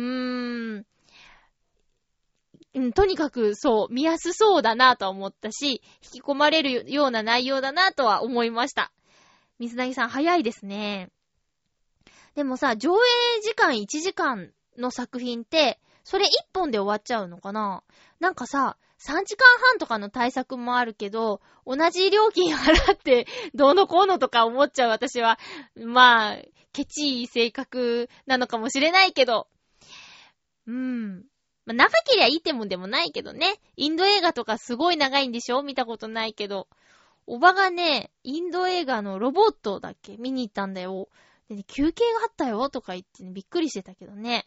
とにかく見やすそうだなとは思ったし、引き込まれるような内容だなとは思いました。水なぎさん早いですね。でもさ、上映時間1時間の作品って、それ1本で終わっちゃうのかな？なんかさ、3時間半とかの対策もあるけど、同じ料金払ってどうのこうのとか思っちゃう私は、ケチい性格なのかもしれないけど、長けりゃいいってもんでもないけどね。インド映画とかすごい長いんでしょ？見たことないけど。おばがね、インド映画のロボットだっけ見に行ったんだよ。でね、休憩があったよとか言って、ね、びっくりしてたけどね。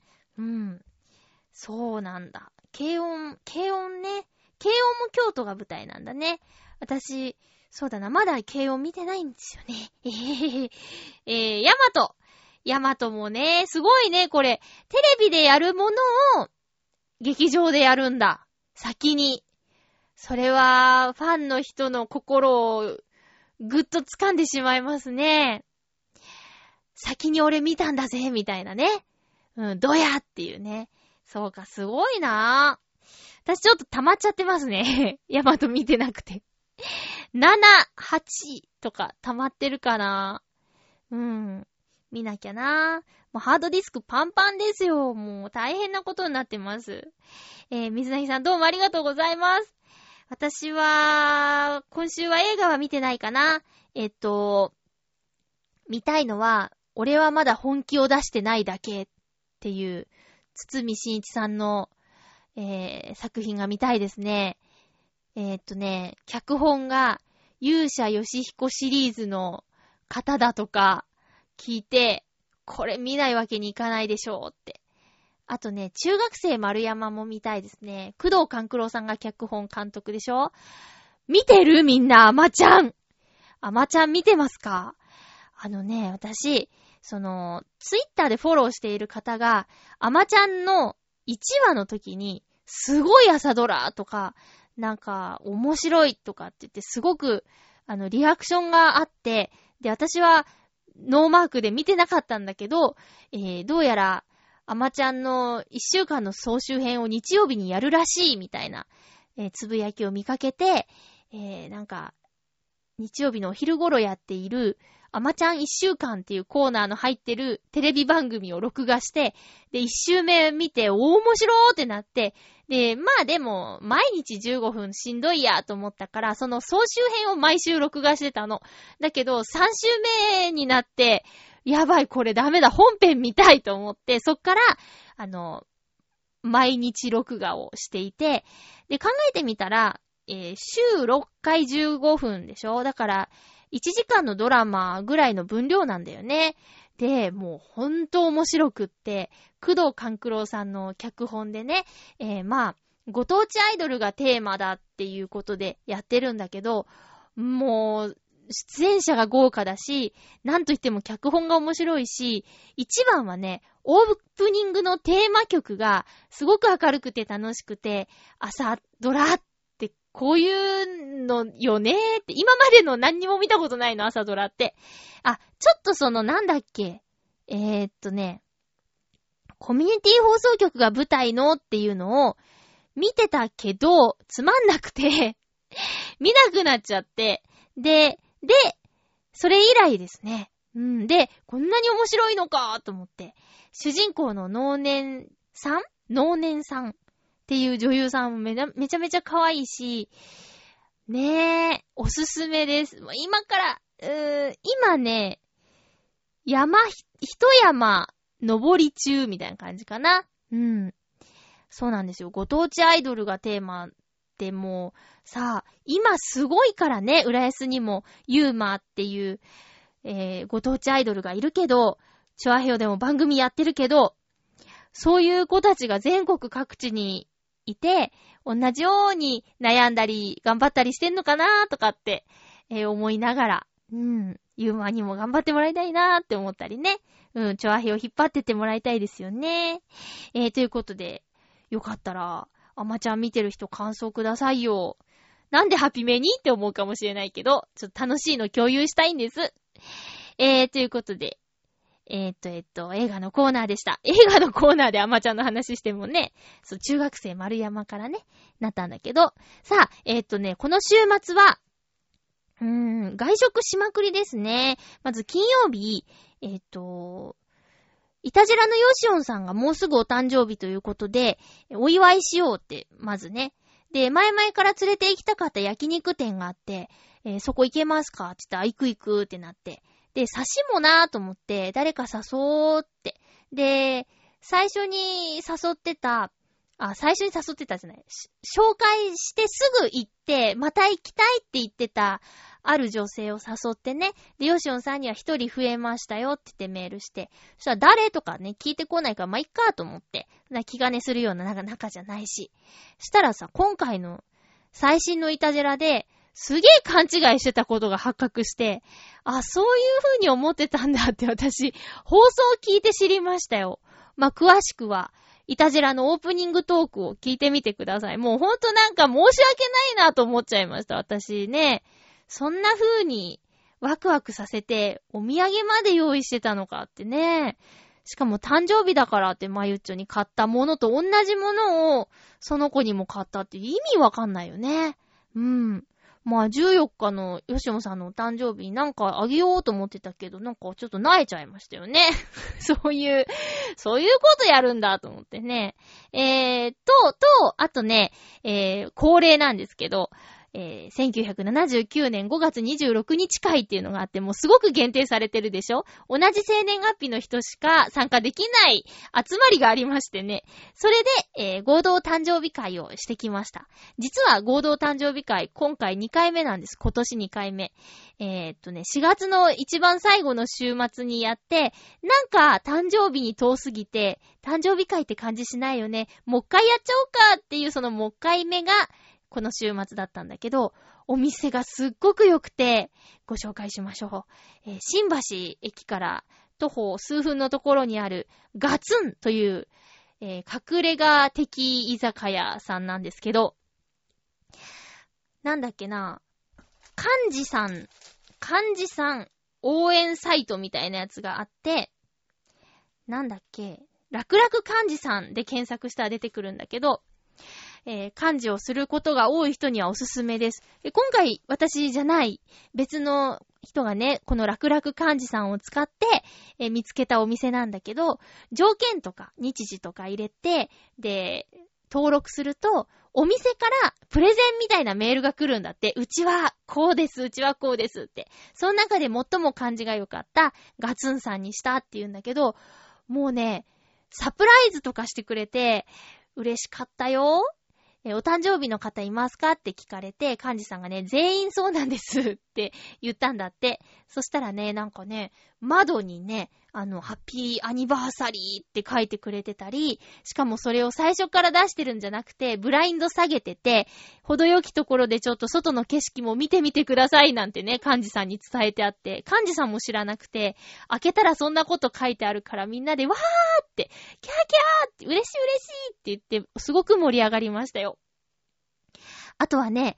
そうなんだ。軽音ね。軽音も京都が舞台なんだね。私、そうだな、まだ軽音見てないんですよね。ヤマト。 ヤマトもね、すごいね、これ。テレビでやるものを、劇場でやるんだ。先に。それは、ファンの人の心を、ぐっと掴んでしまいますね。先に俺見たんだぜ、みたいなね。どやっていうね。そうか、すごいなぁ。私ちょっと溜まっちゃってますね。ヤマト見てなくて。7、8とか溜まってるかな。見なきゃな。もうハードディスクパンパンですよ。もう大変なことになってます。水谷さんどうもありがとうございます。私は、今週は映画は見てないかな。見たいのは、俺はまだ本気を出してないだけっていう、堤真一さんの、作品が見たいですね。脚本が、勇者ヨシヒコシリーズの方だとか聞いて、これ見ないわけにいかないでしょうって。あとね、中学生丸山も見たいですね。工藤官九郎さんが脚本監督でしょ。見てるみんな、アマちゃん。アマちゃん見てますか？私、ツイッターでフォローしている方が、アマちゃんの1話の時に、すごい朝ドラとか、なんか、面白いとかって言って、すごく、リアクションがあって、で、私は、ノーマークで見てなかったんだけど、どうやら、アマちゃんの1週間の総集編を日曜日にやるらしい、みたいな、つぶやきを見かけて、なんか、日曜日のお昼頃やっている、アマちゃん1週間っていうコーナーの入ってるテレビ番組を録画して、で、1週目見て、面白ーってなって、で、まあでも、毎日15分しんどいやと思ったから、その総集編を毎週録画してたの。だけど、3週目になって、やばい、これダメだ、本編見たいと思って、そっから、毎日録画をしていて、で、考えてみたら、週6回15分でしょ？だから、1時間のドラマぐらいの分量なんだよね。で、もうほんと面白くって、工藤官九郎さんの脚本でね、ご当地アイドルがテーマだっていうことでやってるんだけど、もう、出演者が豪華だし、なんといっても脚本が面白いし、一番はね、オープニングのテーマ曲がすごく明るくて楽しくて、朝ドラってこういうのよねーって、今までの何にも見たことないの、朝ドラって。ちょっとなんだっけ、コミュニティ放送局が舞台のっていうのを見てたけど、つまんなくて、見なくなっちゃって、で、それ以来ですね。で、こんなに面白いのかと思って、主人公の能年さんっていう女優さんもめちゃめちゃ可愛いし、ねえ、おすすめです。今から、今ね、一山登り中みたいな感じかな。そうなんですよ。ご当地アイドルがテーマでもさあ、今すごいからね、浦安にもユーマっていう、ご当地アイドルがいるけど、チョアヘヨでも番組やってるけど、そういう子たちが全国各地にいて、同じように悩んだり頑張ったりしてんのかなとかって、思いながら、ユーマにも頑張ってもらいたいなーって思ったりね。チョアヘヨ引っ張ってってもらいたいですよね。ということで、よかったら、アマちゃん見てる人感想くださいよ。なんでハピメにって思うかもしれないけど、ちょっと楽しいの共有したいんです。ということで、映画のコーナーでした。映画のコーナーでアマちゃんの話してもね、そう、中学生丸山からね、なったんだけど、さあ、この週末は、外食しまくりですね。まず金曜日、イタジラのヨシオンさんがもうすぐお誕生日ということで、お祝いしようって、まずね。で、前々から連れて行きたかった焼肉店があって、そこ行けますかって言ったら、行くってなって。で、刺しもなーと思って、誰か誘おうって。で、最初に誘ってたじゃない。紹介してすぐ行って、また行きたいって言ってた、ある女性を誘ってね。で、ヨシオンさんには一人増えましたよって言ってメールして。そしたら誰とかね、聞いてこないから、まあ、いっかと思って。気兼ねするような仲じゃないし。したらさ、今回の最新のイタジェラで、 すげえ勘違いしてたことが発覚して、あ、そういう風に思ってたんだって私、放送を聞いて知りましたよ。まあ、詳しくは、イタジラのオープニングトークを聞いてみてください。もうほんとなんか申し訳ないなと思っちゃいました。私ね、そんな風にワクワクさせて、お土産まで用意してたのかってね。しかも誕生日だからってまゆっちょに買ったものと同じものをその子にも買ったって意味わかんないよね。うん。まあ14日のよしおさんのお誕生日になんかあげようと思ってたけど、なんかちょっと萎えちゃいましたよね。そういうことやるんだと思ってね。あとね、恒例なんですけど、1979年5月26日会っていうのがあって、もうすごく限定されてるでしょ？同じ生年月日の人しか参加できない集まりがありましてね。それで、合同誕生日会をしてきました。実は合同誕生日会、今回2回目なんです。今年2回目。4月の一番最後の週末にやって、なんか誕生日に遠すぎて、誕生日会って感じしないよね。もう一回やっちゃおうかっていうそのもう一回目が、この週末だったんだけど、お店がすっごく良くて、ご紹介しましょう。新橋駅から徒歩数分のところにあるガツンという、隠れ家的居酒屋さんなんですけど、なんだっけな、幹事さん応援サイトみたいなやつがあって、なんだっけ、楽々幹事さんで検索したら出てくるんだけど、幹事をすることが多い人にはおすすめです。今回私じゃない別の人がね、この楽々幹事さんを使って、見つけたお店なんだけど、条件とか日時とか入れて、で、登録すると、お店からプレゼンみたいなメールが来るんだって。うちはこうです、うちはこうですって。その中で最も感じが良かったガツンさんにしたって言うんだけど、もうね、サプライズとかしてくれて、嬉しかったよ。お誕生日の方いますかって聞かれて、幹事さんがね、全員そうなんですって言ったんだって。そしたらね、なんかね、窓にね、ハッピーアニバーサリーって書いてくれてたり、しかもそれを最初から出してるんじゃなくて、ブラインド下げてて、程よきところでちょっと外の景色も見てみてくださいなんてね、幹事さんに伝えてあって、幹事さんも知らなくて、開けたらそんなこと書いてあるからみんなでわーって、キャーキャーって、嬉しい嬉しいって言って、すごく盛り上がりましたよ。あとはね、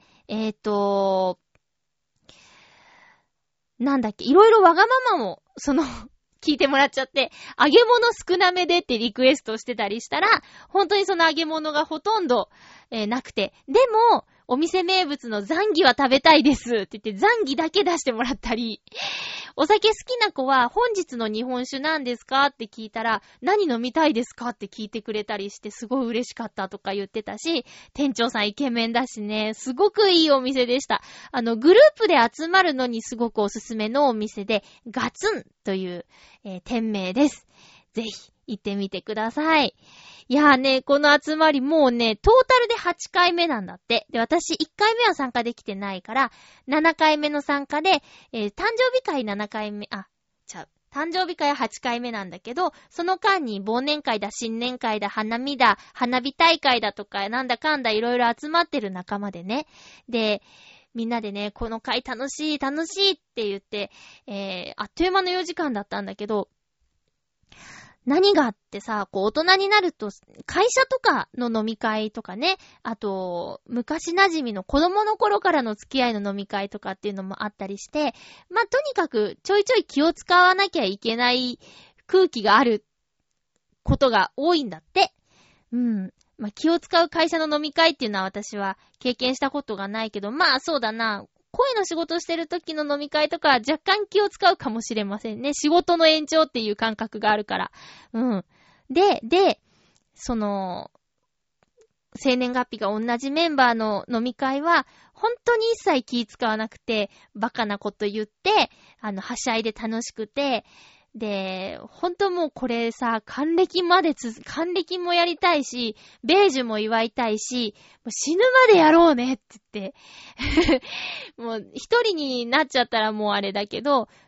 なんだっけ、いろいろわがままも、聞いてもらっちゃって、揚げ物少なめでってリクエストしてたりしたら、本当にその揚げ物がほとんど、なくて、でも、お店名物のザンギは食べたいですって言って、ザンギだけ出してもらったり、お酒好きな子は本日の日本酒なんですかって聞いたら、何飲みたいですかって聞いてくれたりして、すごい嬉しかったとか言ってたし、店長さんイケメンだしね、すごくいいお店でした。グループで集まるのにすごくおすすめのお店で、ガツンという、店名です。ぜひ行ってみてください。いやーね、この集まりもうね、トータルで8回目なんだって。で、私1回目は参加できてないから、7回目の参加で、誕生日会7回目、誕生日会は8回目なんだけど、その間に忘年会だ、新年会だ、花見だ、花火大会だとか、なんだかんだいろいろ集まってる仲間でね。で、みんなでね、この会楽しい、楽しいって言って、あっという間の4時間だったんだけど、何があってさ、こう大人になると、会社とかの飲み会とかね、あと、昔馴染みの子供の頃からの付き合いの飲み会とかっていうのもあったりして、まあ、とにかくちょいちょい気を使わなきゃいけない空気があることが多いんだって。うん。まあ、気を使う会社の飲み会っていうのは私は経験したことがないけど、まあそうだな。声の仕事してる時の飲み会とか若干気を使うかもしれませんね。仕事の延長っていう感覚があるから。うん。で、生年月日が同じメンバーの飲み会は、本当に一切気使わなくて、バカなこと言って、はしゃいで楽しくて、で、本当もうこれさ、還暦もやりたいし、米寿も祝いたいし、もう死ぬまでやろうねって言って、もう一人になっちゃったらもうあれだけど、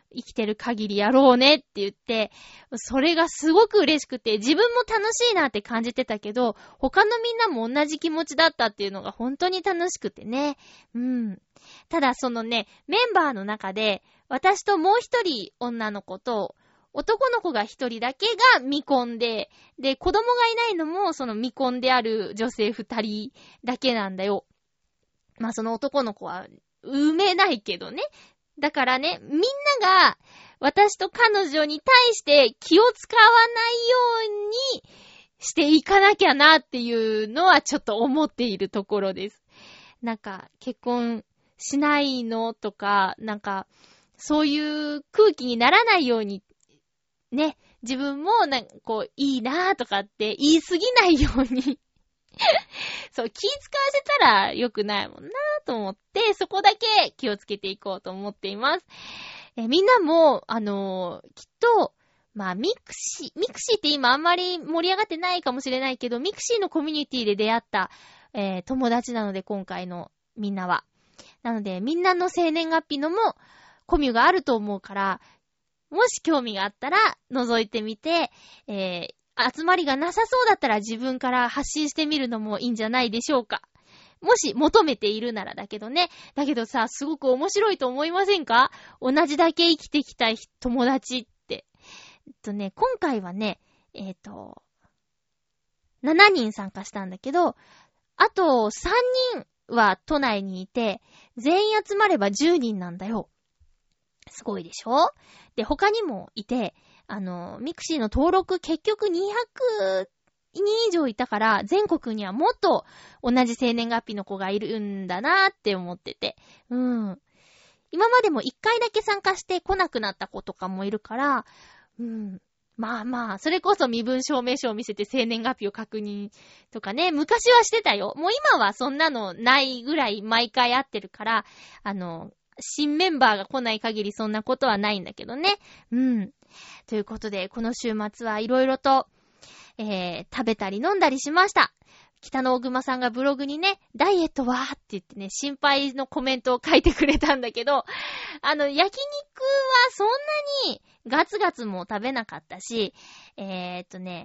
生きてる限りやろうねって言って、それがすごく嬉しくて、自分も楽しいなって感じてたけど、他のみんなも同じ気持ちだったっていうのが本当に楽しくてね。ただそのね、メンバーの中で、私ともう一人女の子と、男の子が一人だけが未婚で、で、子供がいないのもその未婚である女性二人だけなんだよ。まあその男の子は産めないけどね。だからね、みんなが私と彼女に対して気を使わないようにしていかなきゃなっていうのはちょっと思っているところです。なんか結婚しないのとか、なんかそういう空気にならないようにね、自分もなんかこういいなとかって言いすぎないようにそう、気使わせたら良くないもんなと思って、そこだけ気をつけていこうと思っています。みんなも、きっと、まあ、ミクシーって今あんまり盛り上がってないかもしれないけど、ミクシーのコミュニティで出会った、友達なので、今回のみんなは。なので、みんなの生年月日のも、コミュがあると思うから、もし興味があったら、覗いてみて、集まりがなさそうだったら自分から発信してみるのもいいんじゃないでしょうか。もし求めているならだけどね。だけどさ、すごく面白いと思いませんか？同じだけ生きてきた友達って。今回はね、7人参加したんだけど、あと3人は都内にいて、全員集まれば10人なんだよ。すごいでしょ？で、他にもいて、ミクシーの登録結局200人以上いたから、全国にはもっと同じ生年月日の子がいるんだなーって思ってて。今までも1回だけ参加して来なくなった子とかもいるから、まあまあ、それこそ身分証明書を見せて生年月日を確認とかね、昔はしてたよ。もう今はそんなのないぐらい毎回会ってるから、新メンバーが来ない限りそんなことはないんだけどね。ということで、この週末はいろいろと、食べたり飲んだりしました。北の大熊さんがブログにね、ダイエットはって言ってね、心配のコメントを書いてくれたんだけど、焼肉はそんなにガツガツも食べなかったし、飲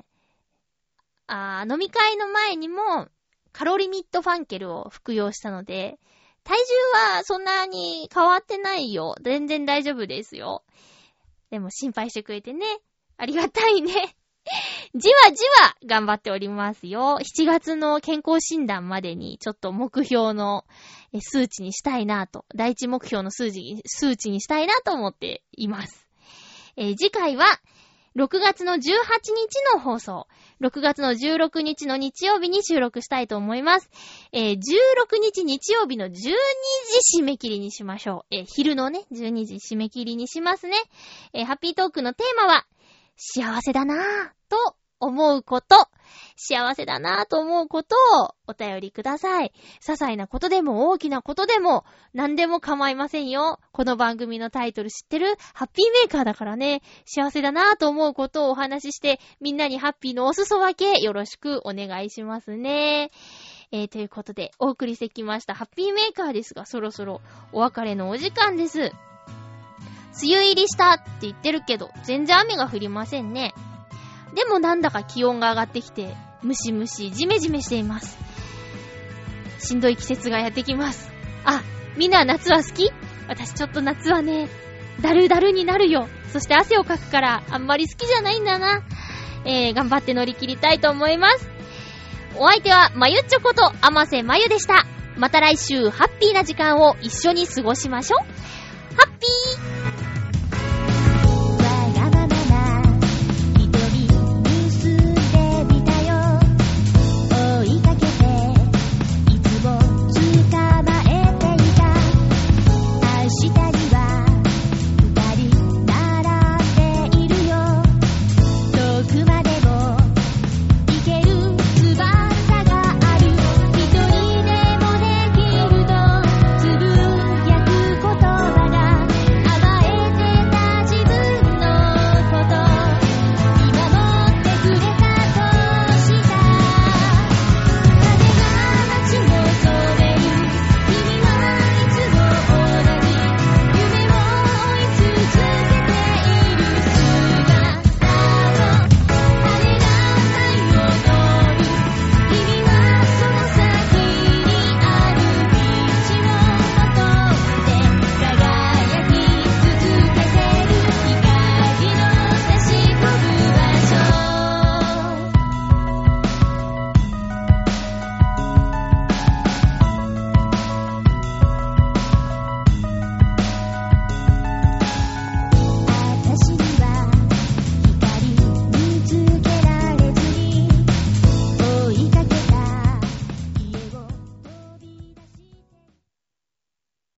み会の前にもカロリミットファンケルを服用したので、体重はそんなに変わってないよ。全然大丈夫ですよ。でも心配してくれてね。ありがたいね。じわじわ頑張っておりますよ。7月の健康診断までにちょっと目標の数値にしたいなと、第一目標の数値にしたいなと思っています。次回は6月の18日の放送、6月の16日の日曜日に収録したいと思います。16日日曜日の12時締め切りにしましょう。昼のね、12時締め切りにしますね。ハッピートークのテーマは、幸せだなぁと思うこと、幸せだなぁと思うことをお便りください。些細なことでも大きなことでも何でも構いませんよ。この番組のタイトル知ってる？ハッピーメーカーだからね。幸せだなぁと思うことをお話しして、みんなにハッピーのお裾分けよろしくお願いしますね。ということでお送りしてきましたハッピーメーカーですが、そろそろお別れのお時間です。梅雨入りしたって言ってるけど、全然雨が降りませんね。でもなんだか気温が上がってきて、ムシムシジメジメしています。しんどい季節がやってきます。あ、みんな夏は好き？私ちょっと夏はね、だるだるになるよ。そして汗をかくからあんまり好きじゃないんだな。頑張って乗り切りたいと思います。お相手はまゆっちょこと甘瀬まゆでした。また来週ハッピーな時間を一緒に過ごしましょう。ハッピー